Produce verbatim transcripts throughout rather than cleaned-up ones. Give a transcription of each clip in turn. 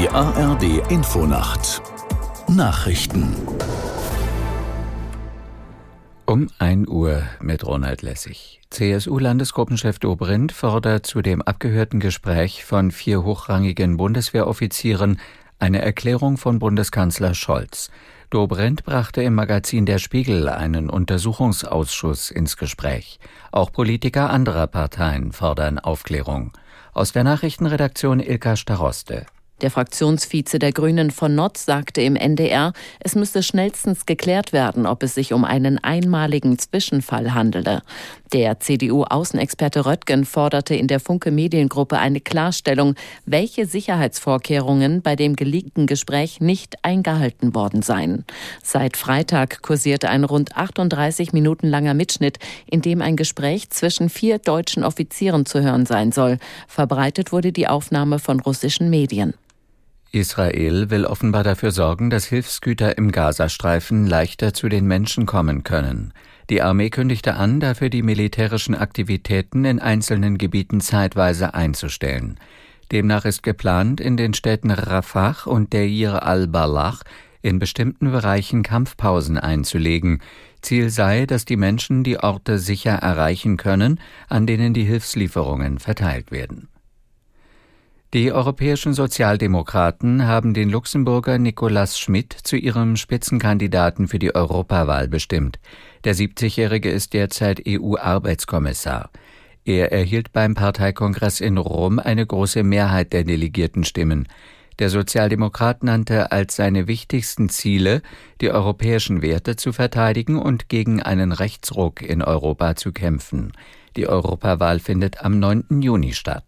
Die A R D Infonacht Nachrichten Um ein Uhr mit Ronald Lessig. C S U-Landesgruppenchef Dobrindt fordert zu dem abgehörten Gespräch von vier hochrangigen Bundeswehroffizieren eine Erklärung von Bundeskanzler Scholz. Dobrindt brachte im Magazin Der Spiegel einen Untersuchungsausschuss ins Gespräch. Auch Politiker anderer Parteien fordern Aufklärung. Aus der Nachrichtenredaktion Ilka Staroste. Der Fraktionsvize der Grünen von Notz sagte im N D R, es müsse schnellstens geklärt werden, ob es sich um einen einmaligen Zwischenfall handele. Der C D U-Außenexperte Röttgen forderte in der Funke-Mediengruppe eine Klarstellung, welche Sicherheitsvorkehrungen bei dem geleakten Gespräch nicht eingehalten worden seien. Seit Freitag kursierte ein rund achtunddreißig Minuten langer Mitschnitt, in dem ein Gespräch zwischen vier deutschen Offizieren zu hören sein soll. Verbreitet wurde die Aufnahme von russischen Medien. Israel will offenbar dafür sorgen, dass Hilfsgüter im Gazastreifen leichter zu den Menschen kommen können. Die Armee kündigte an, dafür die militärischen Aktivitäten in einzelnen Gebieten zeitweise einzustellen. Demnach ist geplant, in den Städten Rafah und Deir al-Balach in bestimmten Bereichen Kampfpausen einzulegen. Ziel sei, dass die Menschen die Orte sicher erreichen können, an denen die Hilfslieferungen verteilt werden. Die europäischen Sozialdemokraten haben den Luxemburger Nicolas Schmit zu ihrem Spitzenkandidaten für die Europawahl bestimmt. Der siebzigjährige ist derzeit E U-Arbeitskommissar. Er erhielt beim Parteikongress in Rom eine große Mehrheit der Delegiertenstimmen. Der Sozialdemokrat nannte als seine wichtigsten Ziele, die europäischen Werte zu verteidigen und gegen einen Rechtsruck in Europa zu kämpfen. Die Europawahl findet am neunten Juni statt.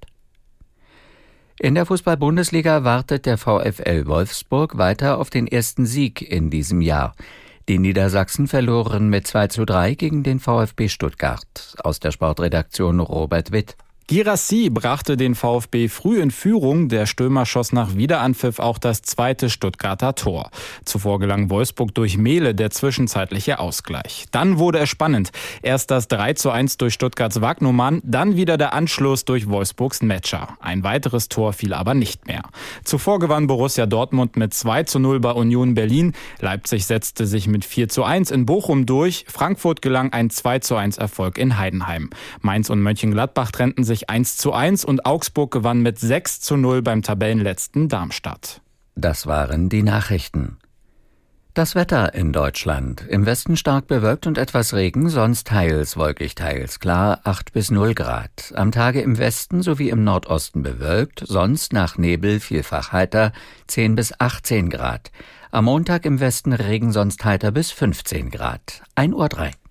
In der Fußball-Bundesliga wartet der VfL Wolfsburg weiter auf den ersten Sieg in diesem Jahr. Die Niedersachsen verloren mit zwei zu drei gegen den VfB Stuttgart. Aus der Sportredaktion Robert Witt. Guirassy brachte den VfB früh in Führung. Der Stürmer schoss nach Wiederanpfiff auch das zweite Stuttgarter Tor. Zuvor gelang Wolfsburg durch Mehle der zwischenzeitliche Ausgleich. Dann wurde es spannend. Erst das drei zu eins durch Stuttgarts Wagnumann, dann wieder der Anschluss durch Wolfsburgs Metscher. Ein weiteres Tor fiel aber nicht mehr. Zuvor gewann Borussia Dortmund mit zwei zu null bei Union Berlin. Leipzig setzte sich mit vier zu eins in Bochum durch. Frankfurt gelang ein zwei zu eins Erfolg in Heidenheim. Mainz und Mönchengladbach trennten sich eins zu eins und Augsburg gewann mit sechs zu null beim Tabellenletzten Darmstadt. Das waren die Nachrichten. Das Wetter in Deutschland. Im Westen stark bewölkt und etwas Regen, sonst teils wolkig, teils klar, acht bis null Grad. Am Tage im Westen sowie im Nordosten bewölkt, sonst nach Nebel vielfach heiter, zehn bis achtzehn Grad. Am Montag im Westen Regen, sonst heiter bis fünfzehn Grad. ein Uhr drei.